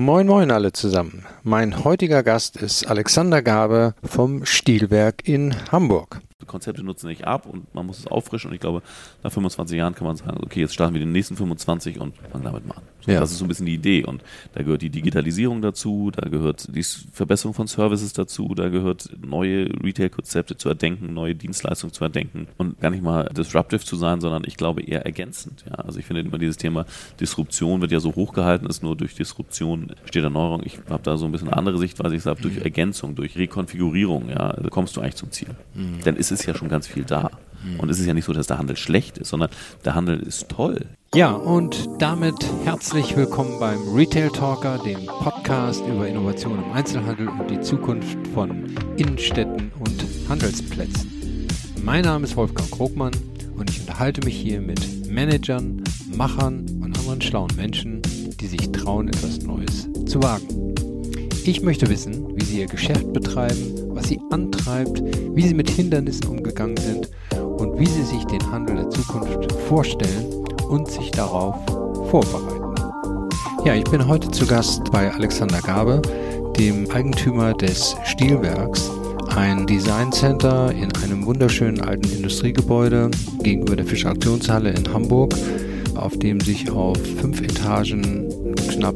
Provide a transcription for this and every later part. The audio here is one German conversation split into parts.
Moin Moin alle zusammen. Mein heutiger Gast ist Alexander Gabe vom Stielwerk in Hamburg. Konzepte nutzen nicht ab und man muss es auffrischen und ich glaube, nach 25 Jahren kann man sagen, okay, jetzt starten wir die nächsten 25 und fangen damit mal an. So, ja. Das ist so ein bisschen die Idee und da gehört die Digitalisierung dazu, da gehört die Verbesserung von Services dazu, da gehört neue Retail-Konzepte zu erdenken, neue Dienstleistungen zu erdenken und gar nicht mal disruptive zu sein, sondern ich glaube eher ergänzend. Ja. Also ich finde immer dieses Thema Disruption wird ja so hochgehalten, ist nur durch Disruption steht Erneuerung. Ich habe da so ein bisschen eine andere Sichtweise, ich sage durch Ergänzung, durch Rekonfigurierung, ja, also kommst du eigentlich zum Ziel. Denn es ist ja schon ganz viel da. Und es ist ja nicht so, dass der Handel schlecht ist, sondern der Handel ist toll. Ja, und damit herzlich willkommen beim Retail Talker, dem Podcast über Innovation im Einzelhandel und die Zukunft von Innenstädten und Handelsplätzen. Mein Name ist Wolfgang Krogmann und ich unterhalte mich hier mit Managern, Machern und anderen schlauen Menschen, die sich trauen, etwas Neues zu wagen. Ich möchte wissen, wie sie ihr Geschäft betreiben, was sie antreibt, wie sie mit Hindernissen umgegangen sind und wie sie sich den Handel der Zukunft vorstellen und sich darauf vorbereiten. Ja, ich bin heute zu Gast bei Alexander Gabe, dem Eigentümer des Stielwerks, ein Designcenter in einem wunderschönen alten Industriegebäude gegenüber der Fischer Auktionshalle in Hamburg, auf dem sich auf 5 Etagen knapp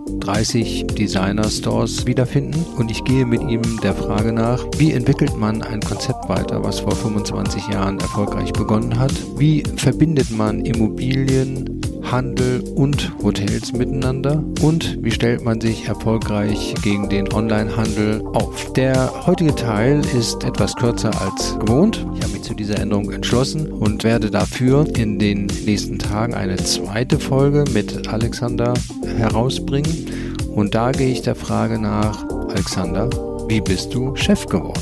30 Designer-Stores wiederfinden und ich gehe mit ihm der Frage nach, wie entwickelt man ein Konzept weiter, was vor 25 Jahren erfolgreich begonnen hat? Wie verbindet man Immobilien, Handel und Hotels miteinander? Und wie stellt man sich erfolgreich gegen den Onlinehandel auf? Der heutige Teil ist etwas kürzer als gewohnt. Ich habe mich zu dieser Änderung entschlossen und werde dafür in den nächsten Tagen eine zweite Folge mit Alexander herausbringen. Und da gehe ich der Frage nach, Alexander, wie bist du Chef geworden?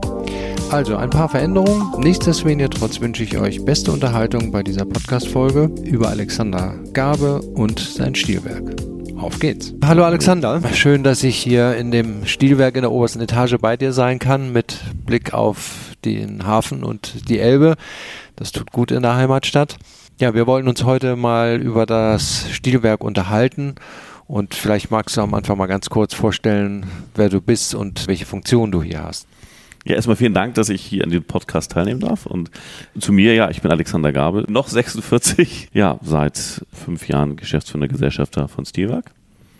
Also ein paar Veränderungen. Nichtsdestotrotz wünsche ich euch beste Unterhaltung bei dieser Podcast-Folge über Alexander Gabe und sein Stielwerk. Auf geht's. Hallo Alexander, schön, dass ich hier in dem Stielwerk in der obersten Etage bei dir sein kann, mit Blick auf den Hafen und die Elbe. Das tut gut in der Heimatstadt. Ja, wir wollten uns heute mal über das Stielwerk unterhalten. Und vielleicht magst du am Anfang mal ganz kurz vorstellen, wer du bist und welche Funktion du hier hast. Ja, erstmal vielen Dank, dass ich hier an dem Podcast teilnehmen darf. Und zu mir, ja, ich bin Alexander Gabe, noch 46, ja, seit 5 Jahren geschäftsführender Gesellschafter von Stielwerk.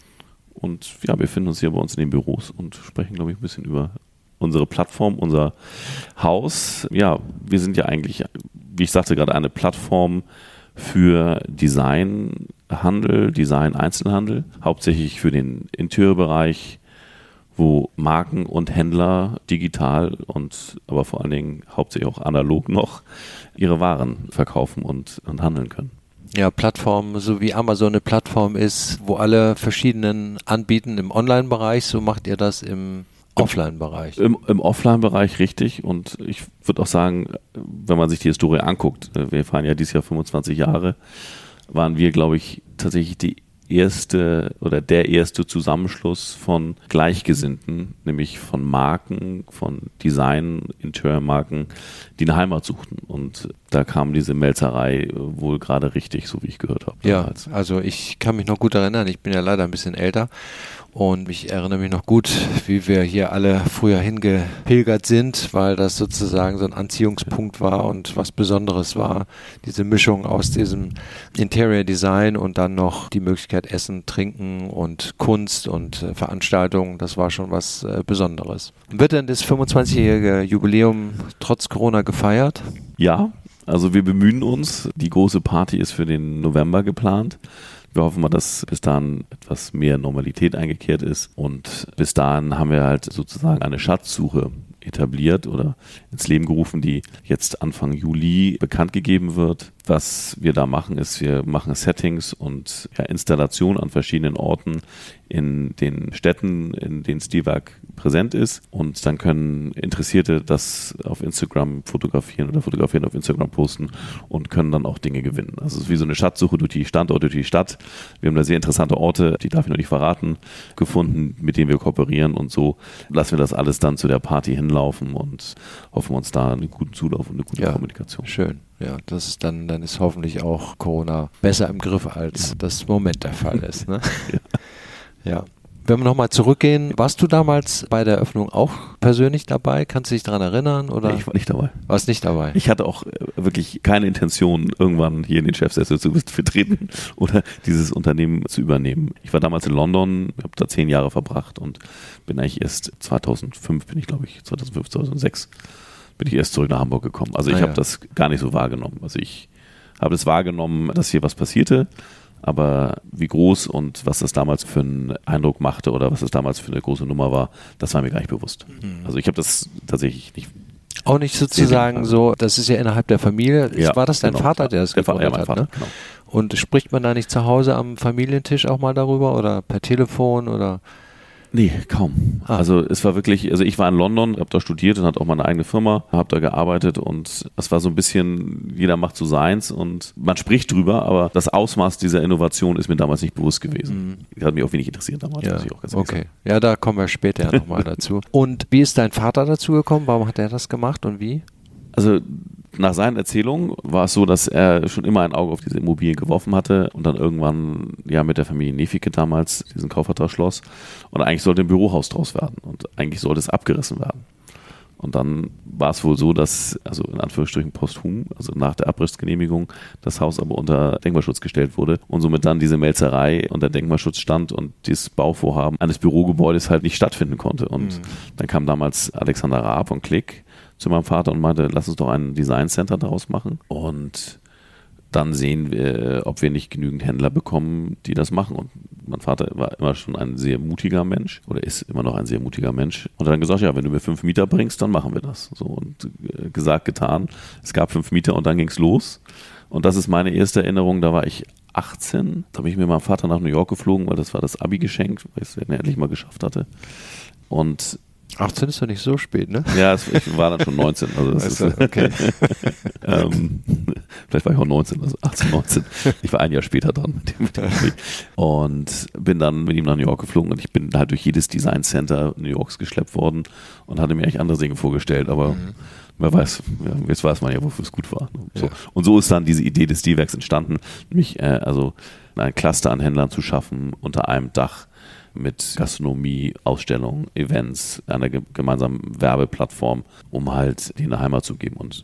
Und ja, wir befinden uns hier bei uns in den Büros und sprechen, glaube ich, ein bisschen über unsere Plattform, unser Haus. Ja, wir sind ja eigentlich, wie ich sagte gerade, eine Plattform für Designhandel, Design-Einzelhandel, hauptsächlich für den Interieurbereich, wo Marken und Händler digital und aber vor allen Dingen hauptsächlich auch analog noch ihre Waren verkaufen und handeln können. Ja, Plattform, so wie Amazon eine Plattform ist, wo alle verschiedenen anbieten im Online-Bereich, so macht ihr das im Offline-Bereich. Im Offline-Bereich richtig und ich würde auch sagen, wenn man sich die Historie anguckt, wir feiern ja dieses Jahr 25 Jahre, waren wir, glaube ich, tatsächlich der erste Zusammenschluss von Gleichgesinnten, nämlich von Marken, von Design-Interior-Marken, die eine Heimat suchten. Und da kam diese Melzerei wohl gerade richtig, so wie ich gehört habe. Ja, also ich kann mich noch gut erinnern, ich bin ja leider ein bisschen älter und ich erinnere mich noch gut, wie wir hier alle früher hingepilgert sind, weil das sozusagen so ein Anziehungspunkt war und was Besonderes war. Diese Mischung aus diesem Interior Design und dann noch die Möglichkeit Essen, Trinken und Kunst und Veranstaltungen, das war schon was Besonderes. Wird denn das 25-jährige Jubiläum trotz Corona gefeiert? Ja, also wir bemühen uns. Die große Party ist für den November geplant. Wir hoffen mal, dass bis dahin etwas mehr Normalität eingekehrt ist und bis dahin haben wir halt sozusagen eine Schatzsuche etabliert oder ins Leben gerufen, die jetzt Anfang Juli bekannt gegeben wird. Was wir da machen, ist, wir machen Settings und Installationen an verschiedenen Orten in den Städten, in denen Stielwerk präsent ist und dann können Interessierte das auf Instagram fotografieren auf Instagram posten und können dann auch Dinge gewinnen. Also es ist wie so eine Schatzsuche durch die Standorte, durch die Stadt. Wir haben da sehr interessante Orte, die darf ich noch nicht verraten, gefunden, mit denen wir kooperieren und so lassen wir das alles dann zu der Party hinlaufen und hoffen uns da einen guten Zulauf und eine gute Kommunikation. Schön. Ja, das ist dann ist hoffentlich auch Corona besser im Griff, als das im Moment der Fall ist. Ne? Ja. Wenn wir nochmal zurückgehen, warst du damals bei der Eröffnung auch persönlich dabei? Kannst du dich daran erinnern? Oder? Ich war nicht dabei. Warst nicht dabei? Ich hatte auch wirklich keine Intention, irgendwann hier in den Chefsessel zu vertreten oder dieses Unternehmen zu übernehmen. Ich war damals in London, habe da 10 Jahre verbracht und bin eigentlich erst 2005, 2006 bin ich erst zurück nach Hamburg gekommen. Also ich habe das gar nicht so wahrgenommen. Also ich habe es wahrgenommen, dass hier was passierte, aber wie groß und was das damals für einen Eindruck machte oder was das damals für eine große Nummer war, das war mir gar nicht bewusst. Also ich habe das tatsächlich nicht. Auch nicht sozusagen so, das ist ja innerhalb der Familie. Ja, war das dein genau. Vater, der das gegründet hat? Vater, Ne? genau. Und spricht man da nicht zu Hause am Familientisch auch mal darüber oder per Telefon oder? Nee, kaum. Also es war wirklich, also ich war in London, habe da studiert und hatte auch meine eigene Firma, habe da gearbeitet und es war so ein bisschen, jeder macht so seins und man spricht drüber, aber das Ausmaß dieser Innovation ist mir damals nicht bewusst gewesen. Hat mich auch wenig interessiert damals, muss ich auch ganz ehrlich sagen. Ja, da kommen wir später ja nochmal dazu. Und wie ist dein Vater dazu gekommen? Warum hat er das gemacht und wie? Also nach seinen Erzählungen war es so, dass er schon immer ein Auge auf diese Immobilien geworfen hatte und dann irgendwann ja mit der Familie Nefike damals diesen Kaufvertrag schloss und eigentlich sollte ein Bürohaus draus werden und eigentlich sollte es abgerissen werden. Und dann war es wohl so, dass, also in Anführungsstrichen posthum, also nach der Abrissgenehmigung, das Haus aber unter Denkmalschutz gestellt wurde und somit dann diese Melzerei unter Denkmalschutz stand und dieses Bauvorhaben eines Bürogebäudes halt nicht stattfinden konnte. Und dann kam damals Alexander Raab von Klick zu meinem Vater und meinte, lass uns doch ein Design Center daraus machen und dann sehen wir, ob wir nicht genügend Händler bekommen, die das machen. Und mein Vater war immer schon ein sehr mutiger Mensch oder ist immer noch ein sehr mutiger Mensch. Und hat dann gesagt, ja, wenn du mir 5 Mieter bringst, dann machen wir das. So, und gesagt, getan. Es gab 5 Mieter und dann ging's los. Und das ist meine erste Erinnerung, da war ich 18. Da bin ich mit meinem Vater nach New York geflogen, weil das war das Abi-Geschenk, weil ich es endlich mal geschafft hatte. Und 18 ist doch nicht so spät, ne? Ja, ich war dann schon 19. Also das ist, okay. Vielleicht war ich auch 19, also 18, 19. Ich war ein Jahr später dran mit dem und bin dann mit ihm nach New York geflogen und ich bin halt durch jedes Design Center New Yorks geschleppt worden und hatte mir eigentlich andere Dinge vorgestellt, aber wer weiß, jetzt weiß man ja, wofür es gut war. So. Ja. Und so ist dann diese Idee des Stilwerks entstanden, nämlich also ein Cluster an Händlern zu schaffen unter einem Dach mit Gastronomie, Ausstellungen, Events, einer gemeinsamen Werbeplattform, um halt denen eine Heimat zu geben. Und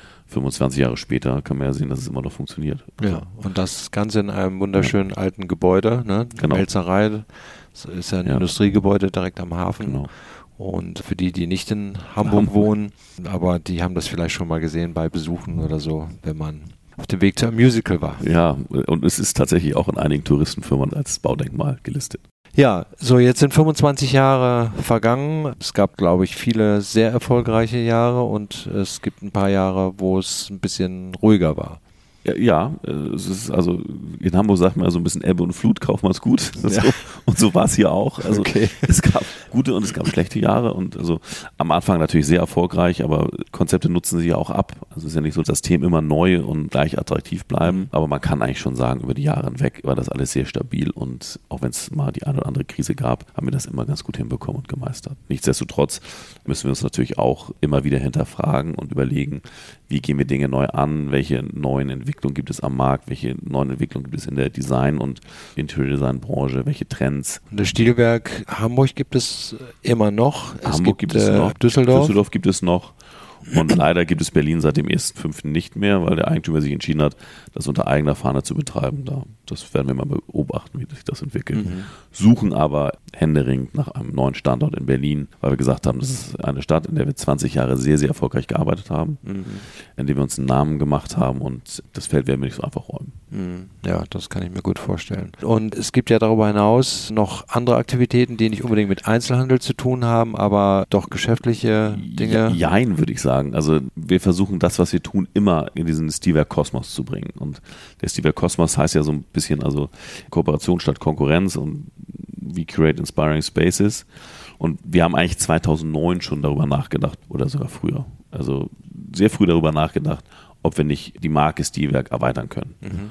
25 Jahre später kann man ja sehen, dass es immer noch funktioniert. Ja, und das Ganze in einem wunderschönen alten Gebäude, ne? Genau. Melzerei, das ist ja ein Industriegebäude direkt am Hafen. Genau. Und für die, die nicht in Hamburg wohnen, aber die haben das vielleicht schon mal gesehen bei Besuchen oder so, wenn man auf dem Weg zu einem Musical war. Ja, und es ist tatsächlich auch in einigen Touristenfirmen als Baudenkmal gelistet. Ja, so jetzt sind 25 Jahre vergangen. Es gab, glaube ich, viele sehr erfolgreiche Jahre und es gibt ein paar Jahre, wo es ein bisschen ruhiger war. Ja, es ist also in Hamburg sagt man ja so ein bisschen Ebbe und Flut, Kaufmanns gut. Ja. So. Und so war es hier auch. Also es gab gute und es gab schlechte Jahre und also am Anfang natürlich sehr erfolgreich, aber Konzepte nutzen sich ja auch ab. Also es ist ja nicht so, dass Themen immer neu und gleich attraktiv bleiben, aber man kann eigentlich schon sagen, über die Jahre hinweg war das alles sehr stabil und auch wenn es mal die eine oder andere Krise gab, haben wir das immer ganz gut hinbekommen und gemeistert. Nichtsdestotrotz müssen wir uns natürlich auch immer wieder hinterfragen und überlegen, wie gehen wir Dinge neu an, welche neuen Entwicklungen gibt es am Markt, welche neuen Entwicklungen gibt es in der Design- und Interior-Design-Branche, welche Trends. Und das Stilwerk Hamburg gibt es immer noch. Hamburg gibt es noch. Düsseldorf gibt es noch. Und leider gibt es Berlin seit dem 1.5. nicht mehr, weil der Eigentümer sich entschieden hat, das unter eigener Fahne zu betreiben. Das werden wir mal beobachten, wie sich das entwickelt. Suchen aber händeringend nach einem neuen Standort in Berlin, weil wir gesagt haben, das ist eine Stadt, in der wir 20 Jahre sehr, sehr erfolgreich gearbeitet haben, in der wir uns einen Namen gemacht haben und das Feld werden wir nicht so einfach räumen. Ja, das kann ich mir gut vorstellen. Und es gibt ja darüber hinaus noch andere Aktivitäten, die nicht unbedingt mit Einzelhandel zu tun haben, aber doch geschäftliche Dinge. Jein, würde ich sagen. Also wir versuchen das, was wir tun, immer in diesen Stilwerk-Kosmos zu bringen. Und der Stilwerk-Kosmos heißt ja so ein bisschen also Kooperation statt Konkurrenz und we create inspiring spaces. Und wir haben eigentlich 2009 schon darüber nachgedacht oder sogar früher. Also sehr früh darüber nachgedacht, ob wir nicht die Marke Stilwerk erweitern können.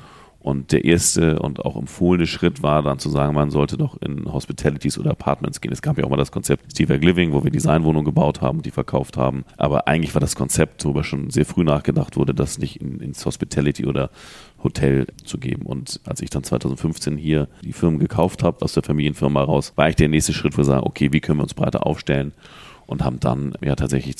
Und der erste und auch empfohlene Schritt war dann zu sagen, man sollte doch in Hospitalities oder Apartments gehen. Es gab ja auch mal das Konzept Steve Living, wo wir Designwohnungen gebaut haben, die verkauft haben. Aber eigentlich war das Konzept, worüber schon sehr früh nachgedacht wurde, das nicht ins Hospitality oder Hotel zu geben. Und als ich dann 2015 hier die Firmen gekauft habe, aus der Familienfirma raus, war eigentlich der nächste Schritt, wo wir sagen, okay, wie können wir uns breiter aufstellen? Und haben dann tatsächlich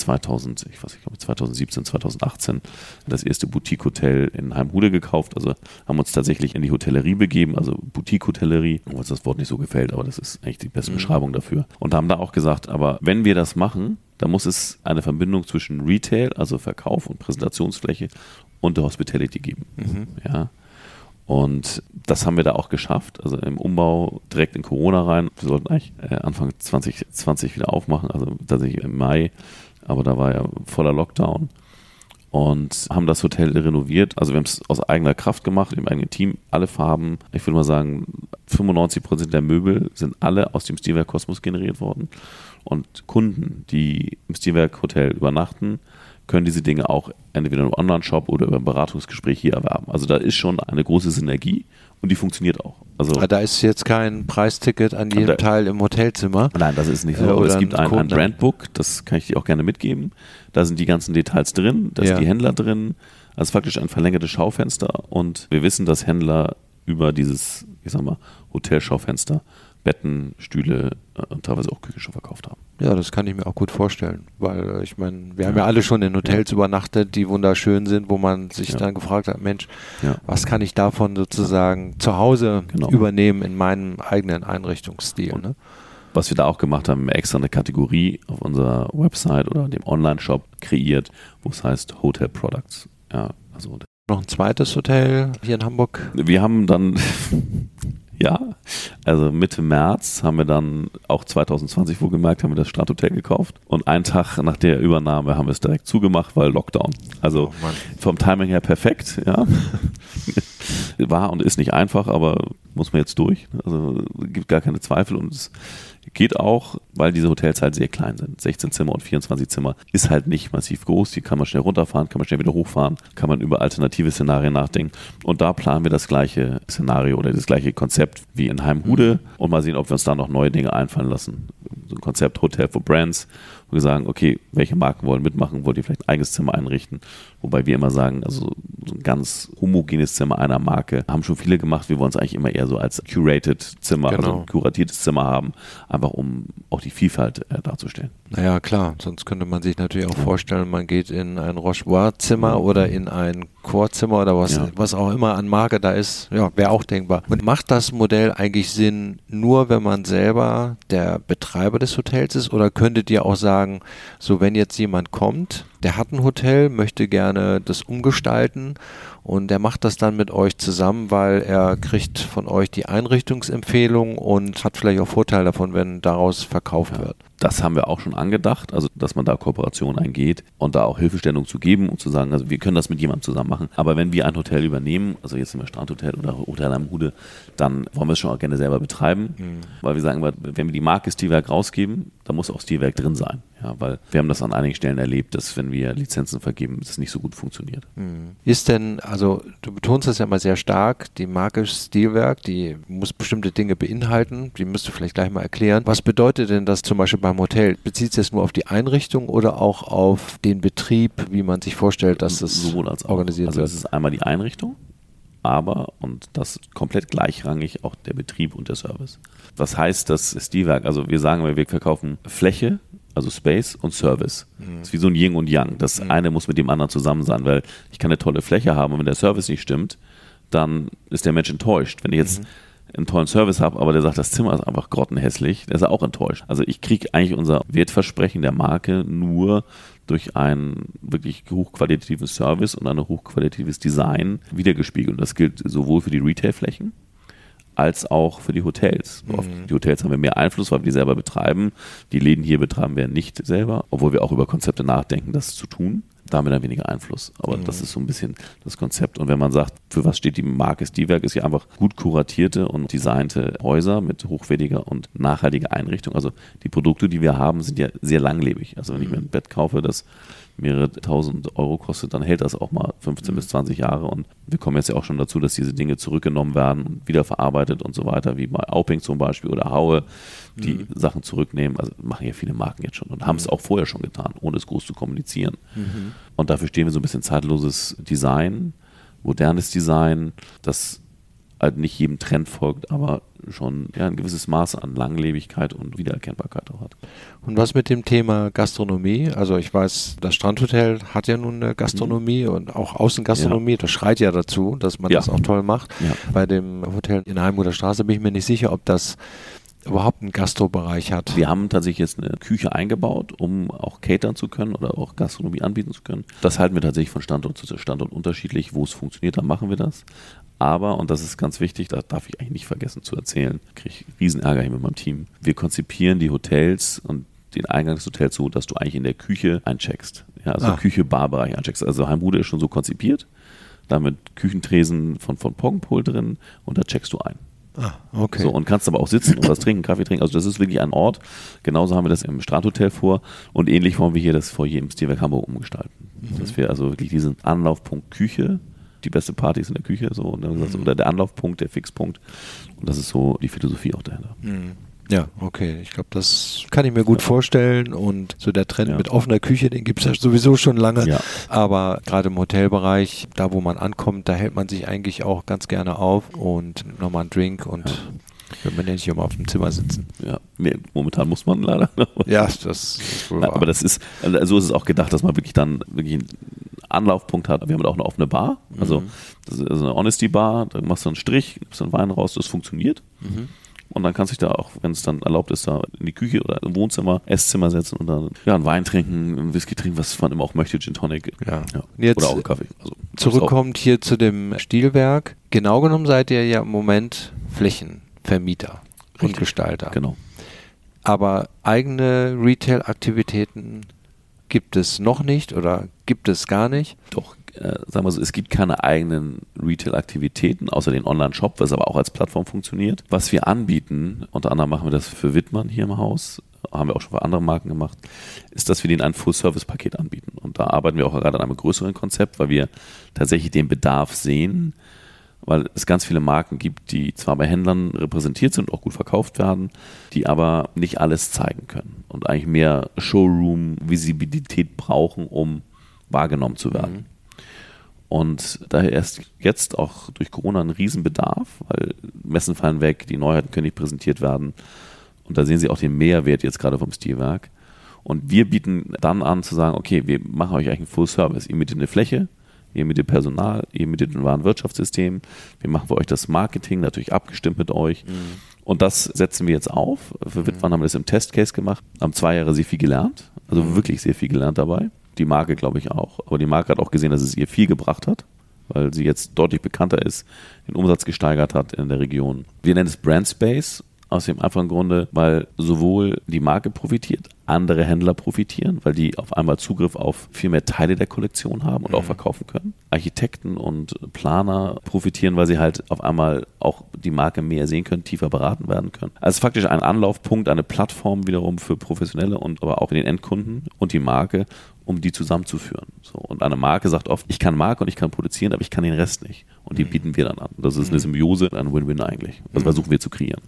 2017, 2018 das erste Boutique-Hotel in Heimhude gekauft. Also haben uns tatsächlich in die Hotellerie begeben, also Boutique-Hotellerie, wo uns das Wort nicht so gefällt, aber das ist eigentlich die beste Beschreibung dafür. Und haben da auch gesagt, aber wenn wir das machen, dann muss es eine Verbindung zwischen Retail, also Verkauf und Präsentationsfläche und der Hospitality geben. Ja. Und das haben wir da auch geschafft, also im Umbau direkt in Corona rein. Wir sollten eigentlich Anfang 2020 wieder aufmachen, also tatsächlich im Mai, aber da war ja voller Lockdown und haben das Hotel renoviert. Also wir haben es aus eigener Kraft gemacht, im eigenen Team, alle Farben. Ich würde mal sagen, 95% der Möbel sind alle aus dem Stilwerk Kosmos generiert worden und Kunden, die im Stilwerk Hotel übernachten, können diese Dinge auch entweder im Online-Shop oder über ein Beratungsgespräch hier erwerben. Also da ist schon eine große Synergie und die funktioniert auch. Also da ist jetzt kein Preisticket an jedem Teil im Hotelzimmer. Nein, das ist nicht so. Aber es gibt ein Brandbook, das kann ich dir auch gerne mitgeben. Da sind die ganzen Details drin, da sind die Händler drin. Also faktisch ein verlängertes Schaufenster und wir wissen, dass Händler über dieses, Hotelschaufenster Betten, Stühle und teilweise auch Küche schon verkauft haben. Ja, das kann ich mir auch gut vorstellen, weil ich meine, wir haben ja alle schon in Hotels übernachtet, die wunderschön sind, wo man sich dann gefragt hat, Mensch, was kann ich davon sozusagen zu Hause übernehmen in meinem eigenen Einrichtungsstil, ne? Was wir da auch gemacht haben, extra eine Kategorie auf unserer Website oder dem Online-Shop kreiert, wo es heißt Hotel Products. Ja, also noch ein zweites Hotel hier in Hamburg? Wir haben dann also Mitte März haben wir dann auch 2020 wohlgemerkt, haben wir das Strandhotel gekauft und einen Tag nach der Übernahme haben wir es direkt zugemacht, weil Lockdown. Also vom Timing her perfekt, war und ist nicht einfach, aber muss man jetzt durch. Also gibt gar keine Zweifel und es geht auch, weil diese Hotels halt sehr klein sind. 16 Zimmer und 24 Zimmer ist halt nicht massiv groß. Die kann man schnell runterfahren, kann man schnell wieder hochfahren, kann man über alternative Szenarien nachdenken. Und da planen wir das gleiche Szenario oder das gleiche Konzept wie in Heimhude und mal sehen, ob wir uns da noch neue Dinge einfallen lassen. So ein Konzept Hotel for Brands, wo wir sagen, okay, welche Marken wollen mitmachen, wollt ihr vielleicht ein eigenes Zimmer einrichten? Wobei wir immer sagen, also so ein ganz homogenes Zimmer einer Marke haben schon viele gemacht. Wir wollen es eigentlich immer eher so als curated Zimmer, also ein kuratiertes Zimmer haben, einfach um auch die Vielfalt darzustellen. Naja, klar, sonst könnte man sich natürlich auch vorstellen, man geht in ein Roche-Bois-Zimmer oder in ein Core-Zimmer oder was auch immer an Marke da ist, wäre auch denkbar. Und macht das Modell eigentlich Sinn, nur wenn man selber der Betreiber des Hotels ist, oder könntet ihr auch sagen, so wenn jetzt jemand kommt, der hat ein Hotel, möchte gerne das umgestalten und der macht das dann mit euch zusammen, weil er kriegt von euch die Einrichtungsempfehlung und hat vielleicht auch Vorteil davon, wenn daraus verkauft wird. Das haben wir auch schon angedacht, also dass man da Kooperationen eingeht und da auch Hilfestellung zu geben und zu sagen, also wir können das mit jemandem zusammen machen, aber wenn wir ein Hotel übernehmen, also jetzt sind wir Strandhotel oder Hotel am Hude, dann wollen wir es schon auch gerne selber betreiben, weil wir sagen, wenn wir die Marke Stilwerk rausgeben, dann muss auch Stilwerk drin sein, weil wir haben das an einigen Stellen erlebt, dass wenn wir Lizenzen vergeben, das nicht so gut funktioniert. Ist denn, also du betonst das ja mal sehr stark, die Marke Stilwerk, die muss bestimmte Dinge beinhalten, die müsst du vielleicht gleich mal erklären. Was bedeutet denn das zum Beispiel beim Hotel? Bezieht es jetzt nur auf die Einrichtung oder auch auf den Betrieb, wie man sich vorstellt, dass das sowohl als auch organisiert wird? Also es ist einmal die Einrichtung, aber, und das komplett gleichrangig, auch der Betrieb und der Service. Was heißt das Stilwerk? Also wir sagen, wir verkaufen Fläche, also Space und Service. Das ist wie so ein Yin und Yang. Das eine muss mit dem anderen zusammen sein, weil ich kann eine tolle Fläche haben und wenn der Service nicht stimmt, dann ist der Mensch enttäuscht. Wenn ich jetzt einen tollen Service habe, aber der sagt, das Zimmer ist einfach grottenhässlich, der ist auch enttäuscht. Also ich kriege eigentlich unser Wertversprechen der Marke nur durch einen wirklich hochqualitativen Service und ein hochqualitatives Design wiedergespiegelt. Und das gilt sowohl für die Retailflächen als auch für die Hotels. Auf die Hotels haben wir mehr Einfluss, weil wir die selber betreiben. Die Läden hier betreiben wir nicht selber, obwohl wir auch über Konzepte nachdenken, das zu tun. Da haben wir dann weniger Einfluss. Aber das ist so ein bisschen das Konzept. Und wenn man sagt, für was steht die Marke Stilwerk, ist ja einfach gut kuratierte und designte Häuser mit hochwertiger und nachhaltiger Einrichtung. Also die Produkte, die wir haben, sind ja sehr langlebig. Also wenn ich mir ein Bett kaufe, das mehrere tausend Euro kostet, dann hält das auch mal 15 bis 20 Jahre. Und wir kommen jetzt ja auch schon dazu, dass diese Dinge zurückgenommen werden und wiederverarbeitet und so weiter, wie bei Auping zum Beispiel oder Haue, die Sachen zurücknehmen. Also machen ja viele Marken jetzt schon und haben es auch vorher schon getan, ohne es groß zu kommunizieren. Und dafür stehen wir so ein bisschen zeitloses Design, modernes Design, das halt nicht jedem Trend folgt, aber schon ein gewisses Maß an Langlebigkeit und Wiedererkennbarkeit auch hat. Und was mit dem Thema Gastronomie? Also ich weiß, das Strandhotel hat ja nun eine Gastronomie und auch Außengastronomie. Das schreit ja dazu, dass man das auch toll macht. Ja. Bei dem Hotel in Heimhuter Straße bin ich mir nicht sicher, ob das überhaupt einen Gastrobereich hat. Wir haben tatsächlich jetzt eine Küche eingebaut, um auch catern zu können oder auch Gastronomie anbieten zu können. Das halten wir tatsächlich von Standort zu Standort unterschiedlich. Wo es funktioniert, dann machen wir das. Aber, und das ist ganz wichtig, da darf ich eigentlich nicht vergessen zu erzählen, kriege ich riesen Ärger hier mit meinem Team. Wir konzipieren die Hotels und den Eingang des Hotels so, dass du eigentlich in der Küche eincheckst. Ja, also Küche-Bar-Bereich eincheckst. Also Heimhude ist schon so konzipiert, da mit Küchentresen von Poggenpol drin und da checkst du ein. Okay. So, und kannst aber auch sitzen und was trinken, Kaffee trinken. Also das ist wirklich ein Ort. Genauso haben wir das im Strandhotel vor und ähnlich wollen wir hier das Foyer im Stilwerk Hamburg umgestalten. Dass wir also wirklich diesen Anlaufpunkt Küche, die beste Party ist in der Küche, so, und dann oder der Anlaufpunkt, der Fixpunkt. Und das ist so die Philosophie auch dahinter. Ja, okay. Ich glaube, das kann ich mir gut vorstellen. Und so der Trend mit offener Küche, den gibt es ja sowieso schon lange. Ja. Aber gerade im Hotelbereich, da wo man ankommt, da hält man sich eigentlich auch ganz gerne auf und nochmal einen Drink und wenn man nicht immer auf dem Zimmer sitzen. Ja, nee, momentan muss man leider. Ja, das ist wohl wahr. Aber das ist, so ist es auch gedacht, dass man wirklich einen Anlaufpunkt hat. Wir haben auch eine offene Bar, also das ist eine Honesty Bar, da machst du einen Strich, gibst einen Wein raus, das funktioniert. Und dann kannst du dich da auch, wenn es dann erlaubt ist, da in die Küche oder im Wohnzimmer, Esszimmer setzen und dann einen Wein trinken, einen Whisky trinken, was man immer auch möchte, Gin Tonic. Ja. Jetzt oder auch einen Kaffee. Also, zurückkommt hier zu dem Stilwerk. Genau genommen seid ihr ja im Moment Flächenvermieter und Gestalter. Genau. Aber eigene Retail-Aktivitäten gibt es noch nicht oder gibt es gar nicht? Doch, sagen wir so, es gibt keine eigenen Retail-Aktivitäten, außer den Online-Shop, was aber auch als Plattform funktioniert. Was wir anbieten, unter anderem machen wir das für Wittmann hier im Haus, haben wir auch schon für andere Marken gemacht, ist, dass wir denen ein Full-Service-Paket anbieten. Und da arbeiten wir auch gerade an einem größeren Konzept, weil wir tatsächlich den Bedarf sehen, weil es ganz viele Marken gibt, die zwar bei Händlern repräsentiert sind und auch gut verkauft werden, die aber nicht alles zeigen können und eigentlich mehr Showroom-Visibilität brauchen, um wahrgenommen zu werden. Und daher erst jetzt auch durch Corona ein Riesenbedarf, weil Messen fallen weg, die Neuheiten können nicht präsentiert werden. Und da sehen Sie auch den Mehrwert jetzt gerade vom Stilwerk. Und wir bieten dann an zu sagen, okay, wir machen euch eigentlich einen Full Service. Ihr mietet eine Fläche, ihr mietet Personal, ihr mietet ein Warenwirtschaftssystem. Wir machen für euch das Marketing, natürlich abgestimmt mit euch. Und das setzen wir jetzt auf. Für Wittmann haben wir das im Testcase gemacht, haben 2 Jahre sehr viel gelernt, also wirklich sehr viel gelernt dabei. Die Marke, glaube ich, auch. Aber die Marke hat auch gesehen, dass es ihr viel gebracht hat, weil sie jetzt deutlich bekannter ist, den Umsatz gesteigert hat in der Region. Wir nennen es Brand Space, aus dem einfachen Grunde, weil sowohl die Marke profitiert, andere Händler profitieren, weil die auf einmal Zugriff auf viel mehr Teile der Kollektion haben und auch verkaufen können. Architekten und Planer profitieren, weil sie halt auf einmal auch die Marke mehr sehen können, tiefer beraten werden können. Also faktisch ein Anlaufpunkt, eine Plattform wiederum für Professionelle und aber auch den Endkunden und die Marke, um die zusammenzuführen. So, und eine Marke sagt oft, ich kann Marke und ich kann produzieren, aber ich kann den Rest nicht. Und die bieten wir dann an. Das ist eine Symbiose, ein Win-Win eigentlich. Das versuchen wir zu kreieren.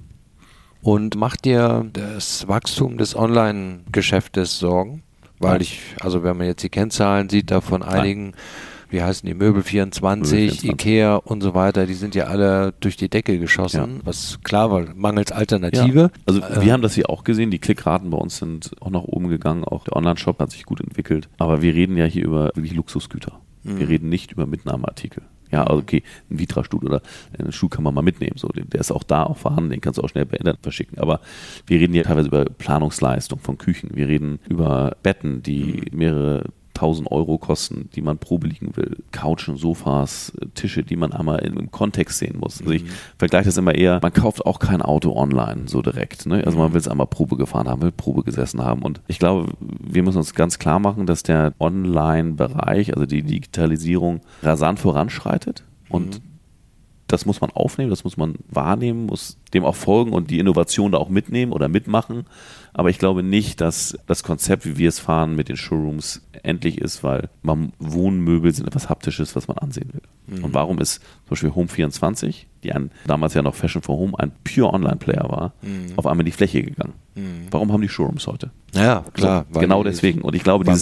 Und macht dir das Wachstum des Online-Geschäftes Sorgen? Weil wenn man jetzt die Kennzahlen sieht, da von einigen, wie heißen die, Möbel24, Ikea und so weiter, die sind ja alle durch die Decke geschossen, was klar war, mangels Alternative. Ja. Also wir haben das hier auch gesehen, die Klickraten bei uns sind auch nach oben gegangen, auch der Online-Shop hat sich gut entwickelt, aber wir reden ja hier über wirklich Luxusgüter. Wir reden nicht über Mitnahmeartikel. Ja, also okay, ein Vitra-Stuhl oder einen Schuh kann man mal mitnehmen, so, der ist auch da, auch vorhanden, den kannst du auch schnell per Internet verschicken, aber wir reden hier teilweise über Planungsleistung von Küchen, wir reden über Betten, die mehrere 1000 Euro kosten, die man Probe liegen will, Couchen, Sofas, Tische, die man einmal im Kontext sehen muss. Also ich vergleiche das immer eher, man kauft auch kein Auto online so direkt, ne? Also man will es einmal Probe gefahren haben, will Probe gesessen haben und ich glaube, wir müssen uns ganz klar machen, dass der Online-Bereich, also die Digitalisierung rasant voranschreitet und das muss man aufnehmen, das muss man wahrnehmen, muss dem auch folgen und die Innovation da auch mitnehmen oder mitmachen. Aber ich glaube nicht, dass das Konzept, wie wir es fahren mit den Showrooms, endlich ist, weil Wohnmöbel sind etwas Haptisches, was man ansehen will. Und warum ist zum Beispiel Home24, die damals ja noch Fashion for Home ein pure Online-Player war, auf einmal in die Fläche gegangen? Warum haben die Showrooms heute? Ja, klar. So, genau deswegen. Und ich glaube, dieses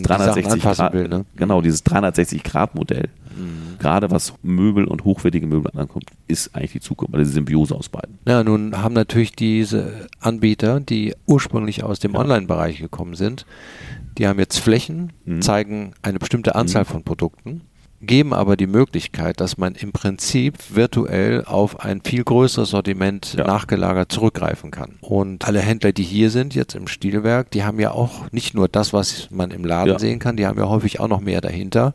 360-Grad-Modell, gerade was Möbel und hochwertige Möbel ankommt, ist eigentlich die Zukunft, also die Symbiose aus beiden. Ja, nun haben natürlich diese Anbieter, die ursprünglich aus dem Online-Bereich gekommen sind, die haben jetzt Flächen, zeigen eine bestimmte Anzahl von Produkten, geben aber die Möglichkeit, dass man im Prinzip virtuell auf ein viel größeres Sortiment nachgelagert zurückgreifen kann. Und alle Händler, die hier sind, jetzt im Stilwerk, die haben ja auch nicht nur das, was man im Laden sehen kann, die haben ja häufig auch noch mehr dahinter.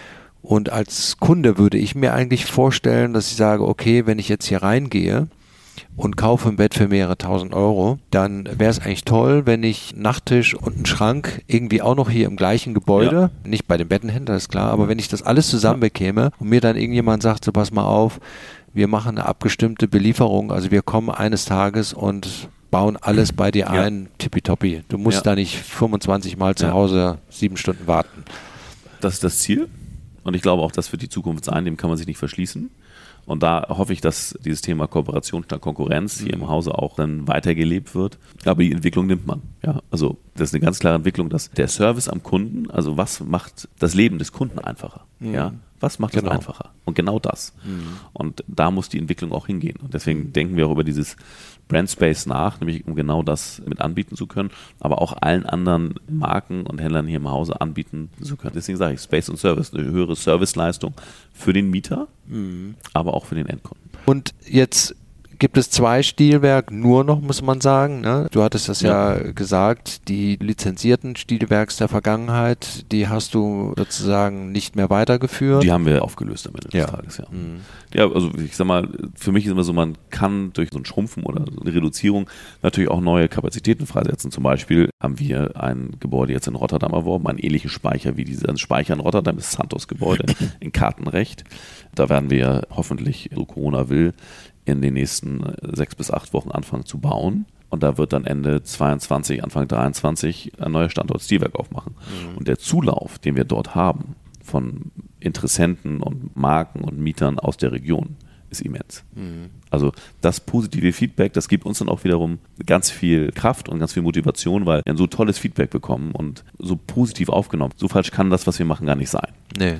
Und als Kunde würde ich mir eigentlich vorstellen, dass ich sage, okay, wenn ich jetzt hier reingehe und kaufe ein Bett für mehrere tausend Euro, dann wäre es eigentlich toll, wenn ich einen Nachttisch und einen Schrank irgendwie auch noch hier im gleichen Gebäude, nicht bei dem Bettenhändler, ist klar, aber wenn ich das alles zusammen bekäme und mir dann irgendjemand sagt, so pass mal auf, wir machen eine abgestimmte Belieferung, also wir kommen eines Tages und bauen alles bei dir ein, tippitoppi. Du musst da nicht 25 Mal zu Hause 7 Stunden warten. Das ist das Ziel. Und ich glaube auch, das wird die Zukunft sein, dem kann man sich nicht verschließen. Und da hoffe ich, dass dieses Thema Kooperation statt Konkurrenz hier im Hause auch dann weitergelebt wird. Aber die Entwicklung nimmt man. Ja, also das ist eine ganz klare Entwicklung, dass der Service am Kunden, also was macht das Leben des Kunden einfacher? Ja, was macht es einfacher? Und genau das. Und da muss die Entwicklung auch hingehen. Und deswegen denken wir auch über dieses Brandspace nach, nämlich um genau das mit anbieten zu können, aber auch allen anderen Marken und Händlern hier im Hause anbieten zu können. Deswegen sage ich Space und Service, eine höhere Serviceleistung für den Mieter, aber auch für den Endkunden. Und jetzt gibt es 2 Stilwerk nur noch, muss man sagen. Ne? Du hattest das ja gesagt, die lizenzierten Stilwerks der Vergangenheit, die hast du sozusagen nicht mehr weitergeführt. Die haben wir aufgelöst am Ende des Tages, ja. Ja, also ich sag mal, für mich ist immer so, man kann durch so ein Schrumpfen oder so eine Reduzierung natürlich auch neue Kapazitäten freisetzen. Zum Beispiel haben wir ein Gebäude jetzt in Rotterdam erworben, einen ähnlichen Speicher wie dieser Speicher in Rotterdam, das Santos-Gebäude in Kartenrecht. Da werden wir hoffentlich, so Corona will, in den nächsten 6 bis 8 Wochen anfangen zu bauen. Und da wird dann Ende 22, Anfang 23 ein neuer Standort Stilwerk aufmachen. Und der Zulauf, den wir dort haben von Interessenten und Marken und Mietern aus der Region, ist immens. Also das positive Feedback, das gibt uns dann auch wiederum ganz viel Kraft und ganz viel Motivation, weil wir ein so tolles Feedback bekommen und so positiv aufgenommen. So falsch kann das, was wir machen, gar nicht sein. Nee.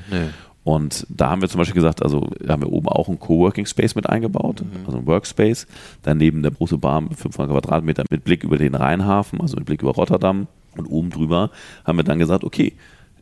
Und da haben wir zum Beispiel gesagt, also da haben wir oben auch einen Coworking Space mit eingebaut, also ein Workspace. Daneben der große Bar mit 500 Quadratmeter mit Blick über den Rheinhafen, also mit Blick über Rotterdam. Und oben drüber haben wir dann gesagt, okay,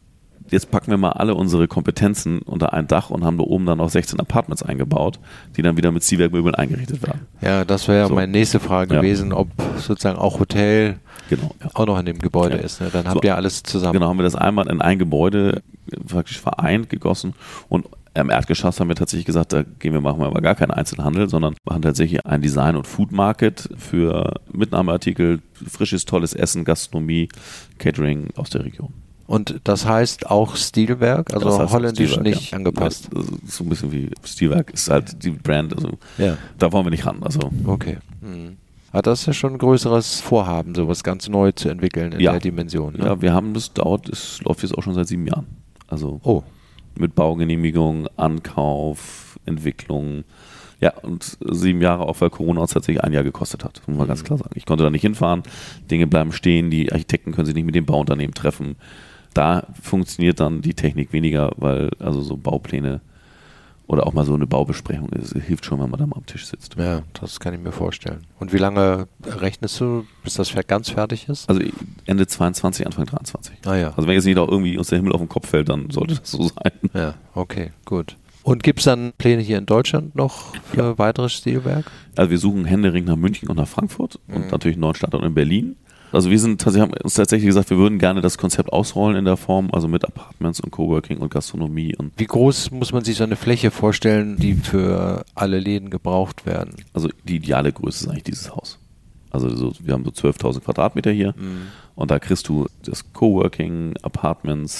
jetzt packen wir mal alle unsere Kompetenzen unter ein Dach und haben da oben dann noch 16 Apartments eingebaut, die dann wieder mit Stilwerkmöbeln eingerichtet werden. Ja, das wäre ja meine nächste Frage gewesen, ob sozusagen auch Hotel auch noch in dem Gebäude ist. Ne? Dann habt ihr alles zusammen. Genau, haben wir das einmal in ein Gebäude praktisch vereint, gegossen und im Erdgeschoss haben wir tatsächlich gesagt, machen wir aber gar keinen Einzelhandel, sondern machen tatsächlich ein Design- und Food Market für Mitnahmeartikel, frisches, tolles Essen, Gastronomie, Catering aus der Region. Und das heißt auch Stilwerk, also das heißt holländisch Stilwerk, nicht angepasst. Ja, so ein bisschen wie Stilwerk ist halt die Brand, also da wollen wir nicht ran. Also. Okay. Das ist ja schon ein größeres Vorhaben, sowas ganz neu zu entwickeln in der Dimension. Ne? Ja, wir haben es läuft jetzt auch schon seit 7 Jahren. Also mit Baugenehmigung, Ankauf, Entwicklung. Ja, und 7 Jahre auch, weil Corona uns tatsächlich 1 Jahr gekostet hat, muss man ganz klar sagen. Ich konnte da nicht hinfahren, Dinge bleiben stehen, die Architekten können sich nicht mit dem Bauunternehmen treffen. Da funktioniert dann die Technik weniger, weil also so Baupläne oder auch mal so eine Baubesprechung hilft schon, wenn man da mal am Tisch sitzt. Ja, das kann ich mir vorstellen. Und wie lange rechnest du, bis das ganz fertig ist? Also Ende 22, Anfang 23. Ah ja. Also wenn jetzt nicht auch irgendwie uns der Himmel auf den Kopf fällt, dann sollte das so sein. Ja, okay, gut. Und gibt es dann Pläne hier in Deutschland noch für weiteres Stilwerk? Also wir suchen händeringend nach München und nach Frankfurt und natürlich einen neuen Standort in Berlin. Also haben uns tatsächlich gesagt, wir würden gerne das Konzept ausrollen in der Form, also mit Apartments und Coworking und Gastronomie. Und wie groß muss man sich so eine Fläche vorstellen, die für alle Läden gebraucht werden? Also die ideale Größe ist eigentlich dieses Haus. Also wir haben so 12.000 Quadratmeter hier und da kriegst du das Coworking, Apartments,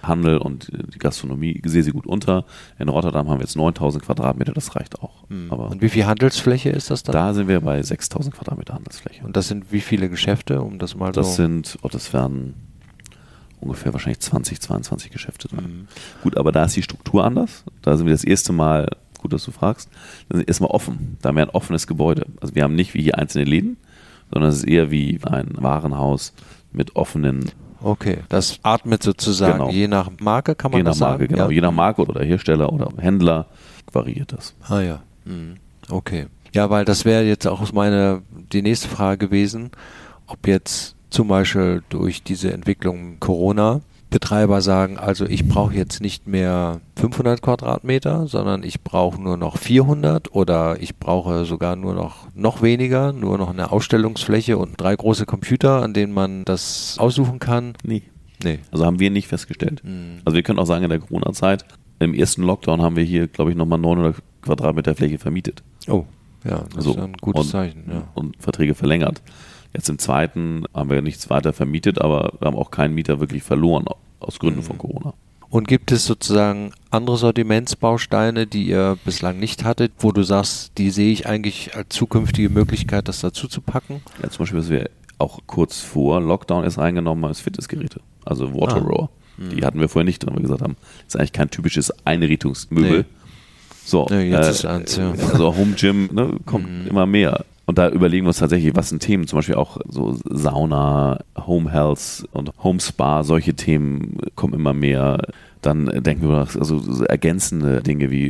Handel und die Gastronomie sehr, sehr gut unter. In Rotterdam haben wir jetzt 9.000 Quadratmeter, das reicht auch. Aber und wie viel Handelsfläche ist das dann? da sind wir bei 6.000 Quadratmeter Handelsfläche. Und das sind wie viele Geschäfte, um das mal Das werden ungefähr wahrscheinlich 20, 22 Geschäfte sein. Gut, aber da ist die Struktur anders. Da sind wir das erste Mal, gut, dass du fragst, das ist erstmal offen. Da haben wir ein offenes Gebäude. Also wir haben nicht wie hier einzelne Läden, sondern es ist eher wie ein Warenhaus mit offenen. Okay, das atmet sozusagen je nach Marke, kann man das sagen? Genau. Je nach Marke oder Hersteller oder Händler variiert das. Ah ja, okay. Ja, weil das wäre jetzt auch die nächste Frage gewesen, ob jetzt zum Beispiel durch diese Entwicklung Corona Betreiber sagen, also ich brauche jetzt nicht mehr 500 Quadratmeter, sondern ich brauche nur noch 400 oder ich brauche sogar nur noch weniger, nur noch eine Ausstellungsfläche und 3 große Computer, an denen man das aussuchen kann. Nee. Also haben wir nicht festgestellt. Also wir können auch sagen, in der Corona-Zeit, im ersten Lockdown haben wir hier, glaube ich, nochmal 900 Quadratmeter Fläche vermietet. Oh, ja, das ist ein gutes Zeichen. Ja. Und Verträge verlängert. Jetzt im zweiten haben wir nichts weiter vermietet, aber wir haben auch keinen Mieter wirklich verloren aus Gründen von Corona. Und gibt es sozusagen andere Sortimentsbausteine, die ihr bislang nicht hattet, wo du sagst, die sehe ich eigentlich als zukünftige Möglichkeit, das dazu zu packen? Ja, zum Beispiel, was wir auch kurz vor Lockdown erst reingenommen haben, ist Fitnessgeräte, also Water Rower. Die hatten wir vorher nicht drin, weil wir gesagt haben, das ist eigentlich kein typisches Einrichtungsmöbel. Nee. So, jetzt ist eins, ja. Also Home Gym kommt immer mehr. Und da überlegen wir uns tatsächlich, was sind Themen, zum Beispiel auch so Sauna, Home Health und Home Spa, solche Themen kommen immer mehr. Dann denken wir über so ergänzende Dinge wie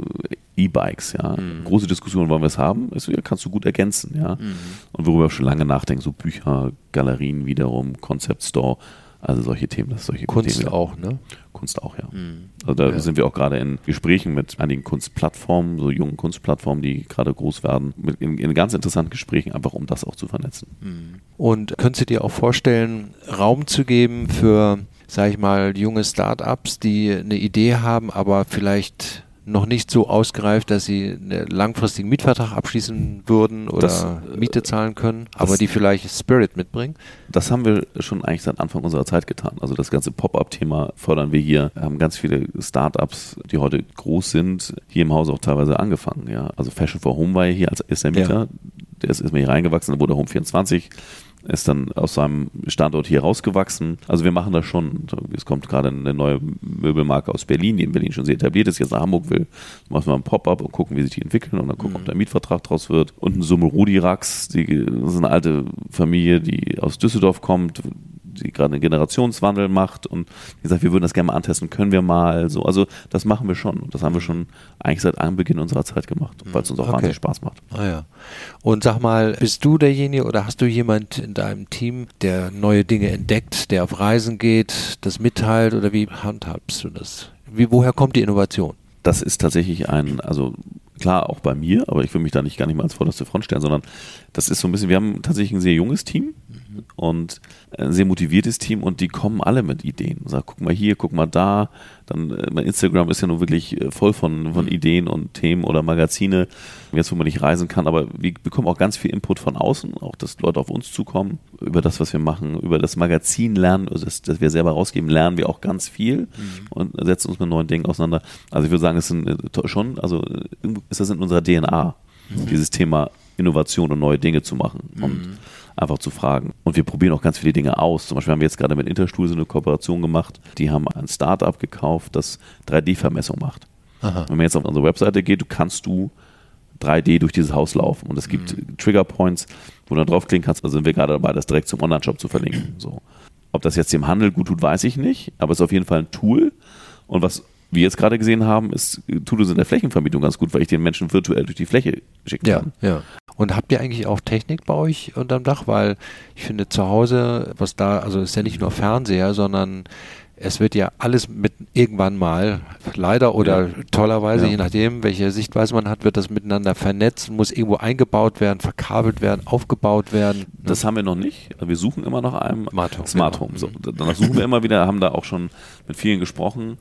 E-Bikes, ja. Große Diskussionen wollen wir es haben, kannst du gut ergänzen, ja. Und worüber wir schon lange nachdenken, so Bücher, Galerien wiederum, Concept Store, also solche Themen. Kunst Themen. auch, ne? Kunst auch, ja. Also da sind wir auch gerade in Gesprächen mit einigen Kunstplattformen, so jungen Kunstplattformen, die gerade groß werden, in ganz interessanten Gesprächen, einfach um das auch zu vernetzen. Und könntest du dir auch vorstellen, Raum zu geben für, sag ich mal, junge Start-ups, die eine Idee haben, aber vielleicht noch nicht so ausgereift, dass sie einen langfristigen Mietvertrag abschließen würden oder Miete zahlen können, aber die vielleicht Spirit mitbringen? Das haben wir schon eigentlich seit Anfang unserer Zeit getan. Also das ganze Pop-Up-Thema fördern wir hier. Wir haben ganz viele Startups, die heute groß sind, hier im Haus auch teilweise angefangen. Ja. Also Fashion for Home war ja hier als erster Mieter. Ja. Der ist mir hier reingewachsen, da wurde Home24. Ist dann aus seinem Standort hier rausgewachsen. Also wir machen das schon. Es kommt gerade eine neue Möbelmarke aus Berlin, die in Berlin schon sehr etabliert ist, jetzt nach Hamburg will. Machen wir ein Pop-Up und gucken, wie sich die entwickeln und dann gucken, ob da ein Mietvertrag draus wird. Und ein Summerudi-Rax, das ist eine alte Familie, die aus Düsseldorf kommt, die gerade einen Generationswandel macht und wie gesagt, wir würden das gerne mal antesten, können wir mal so. Also das machen wir schon. Und das haben wir schon eigentlich seit Anbeginn unserer Zeit gemacht, weil es uns auch wahnsinnig Spaß macht. Ah ja. Und sag mal, bist du derjenige oder hast du jemand in deinem Team, der neue Dinge entdeckt, der auf Reisen geht, das mitteilt oder wie handhabst du das? Woher kommt die Innovation? Das ist tatsächlich also klar auch bei mir, aber ich will mich da gar nicht mal als vorderste Front stellen, sondern das ist so ein bisschen, wir haben tatsächlich ein sehr junges Team und ein sehr motiviertes Team und die kommen alle mit Ideen. Sag, guck mal hier, guck mal da. Dann mein Instagram ist ja nur wirklich voll von Ideen und Themen oder Magazine, jetzt wo man nicht reisen kann, aber wir bekommen auch ganz viel Input von außen, auch dass Leute auf uns zukommen, über das, was wir machen, über das Magazin lernen, also das wir selber rausgeben, lernen wir auch ganz viel und setzen uns mit neuen Dingen auseinander. Also ich würde sagen, es sind schon, also ist das in unserer DNA, dieses Thema Innovation und neue Dinge zu machen und einfach zu fragen. Und wir probieren auch ganz viele Dinge aus. Zum Beispiel haben wir jetzt gerade mit Interstuhl so eine Kooperation gemacht. Die haben ein Startup gekauft, das 3D-Vermessung macht. Aha. Wenn man jetzt auf unsere Webseite geht, kannst du 3D durch dieses Haus laufen. Und es gibt Triggerpoints, wo du dann draufklicken kannst. Also sind wir gerade dabei, das direkt zum Online-Shop zu verlinken. So. Ob das jetzt dem Handel gut tut, weiß ich nicht. Aber es ist auf jeden Fall ein Tool. Und was wir jetzt gerade gesehen haben, tut es in der Flächenvermietung ganz gut, weil ich den Menschen virtuell durch die Fläche schicken kann. Ja. Und habt ihr eigentlich auch Technik bei euch unterm Dach? Weil ich finde zu Hause, also ist ja nicht nur Fernseher, sondern es wird ja alles mit irgendwann mal, leider oder tollerweise, je nachdem, welche Sichtweise man hat, wird das miteinander vernetzt, muss irgendwo eingebaut werden, verkabelt werden, aufgebaut werden. Das haben wir noch nicht. Wir suchen immer nach einem Smart Home. So, danach suchen wir immer wieder, haben da auch schon mit vielen gesprochen.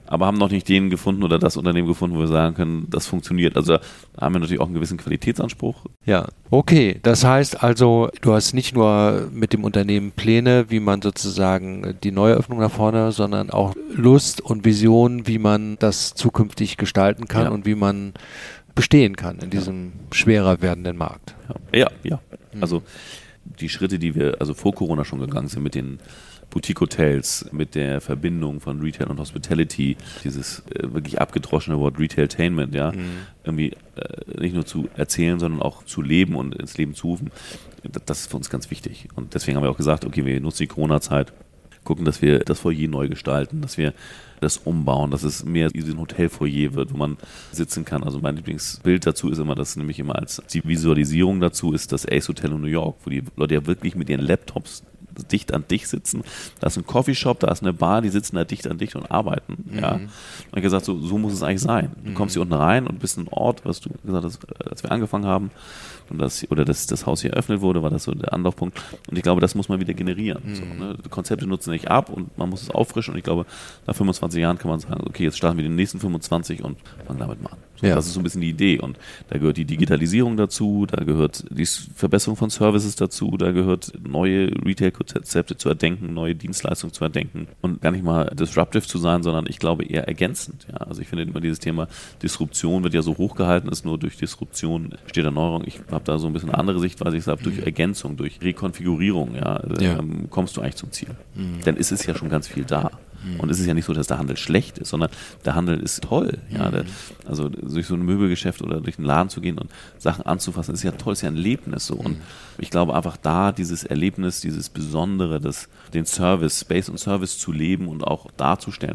aber haben noch nicht den gefunden oder das Unternehmen gefunden, wo wir sagen können, das funktioniert. Also da haben wir natürlich auch einen gewissen Qualitätsanspruch. Ja, okay. Das heißt also, du hast nicht nur mit dem Unternehmen Pläne, wie man sozusagen die Neueröffnung nach vorne, sondern auch Lust und Vision, wie man das zukünftig gestalten kann und wie man bestehen kann in diesem schwerer werdenden Markt. Ja. Also die Schritte, die wir also vor Corona schon gegangen sind mit den Boutique-Hotels, mit der Verbindung von Retail und Hospitality, dieses wirklich abgedroschene Wort Retailtainment, irgendwie nicht nur zu erzählen, sondern auch zu leben und ins Leben zu rufen, das ist für uns ganz wichtig. Und deswegen haben wir auch gesagt, okay, wir nutzen die Corona-Zeit, gucken, dass wir das Foyer neu gestalten, dass wir das umbauen, dass es mehr wie ein Hotelfoyer wird, wo man sitzen kann. Also mein Lieblingsbild dazu ist immer, dass nämlich immer als die Visualisierung dazu ist das Ace Hotel in New York, wo die Leute ja wirklich mit ihren Laptops dicht an dich sitzen. Da ist ein Coffeeshop, da ist eine Bar, die sitzen da dicht an dich und arbeiten. Ja. Und ich habe gesagt, so muss es eigentlich sein. Du kommst hier unten rein und bist ein Ort, was du gesagt hast, als wir angefangen haben und das Haus hier eröffnet wurde, war das so der Anlaufpunkt. Und ich glaube, das muss man wieder generieren. So, ne? Die Konzepte nutzen nicht ab und man muss es auffrischen. Und ich glaube, nach 25 Jahren kann man sagen, okay, jetzt starten wir die nächsten 25 und fangen damit mal an. So, das ist so ein bisschen die Idee. Und da gehört die Digitalisierung dazu, da gehört die Verbesserung von Services dazu, da gehört neue Retail-Konzepte zu erdenken, neue Dienstleistungen zu erdenken und gar nicht mal disruptive zu sein, sondern ich glaube eher ergänzend. Ja? Also ich finde immer dieses Thema Disruption wird ja so hochgehalten, ist nur durch Disruption steht Erneuerung. Ich habe da so ein bisschen eine andere Sichtweise. Ich sage, durch Ergänzung, durch Rekonfigurierung kommst du eigentlich zum Ziel. Denn es ist ja schon ganz viel da. Und es ist ja nicht so, dass der Handel schlecht ist, sondern der Handel ist toll. Ja, also durch so ein Möbelgeschäft oder durch einen Laden zu gehen und Sachen anzufassen, ist ja toll, ist ja ein Erlebnis so. Und ich glaube einfach da dieses Erlebnis, dieses Besondere, den Service, Space und Service zu leben und auch darzustellen,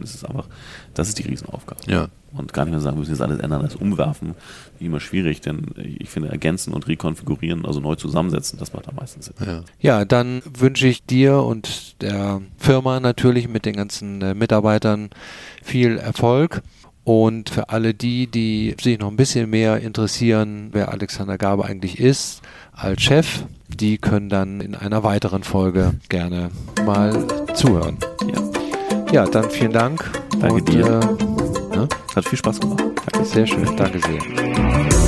das ist die Riesenaufgabe. Ja. Und gar nicht mehr sagen, wir müssen jetzt alles ändern, alles umwerfen, wie immer schwierig, denn ich finde ergänzen und rekonfigurieren, also neu zusammensetzen, das macht am meisten Sinn. Ja, dann wünsche ich dir und der Firma natürlich mit den ganzen Mitarbeitern viel Erfolg. Und für alle die sich noch ein bisschen mehr interessieren, wer Alexander Garbe eigentlich ist als Chef, die können dann in einer weiteren Folge gerne mal zuhören. Ja, dann vielen Dank. Danke dir. Hat viel Spaß gemacht. Danke, sehr schön. Danke sehr.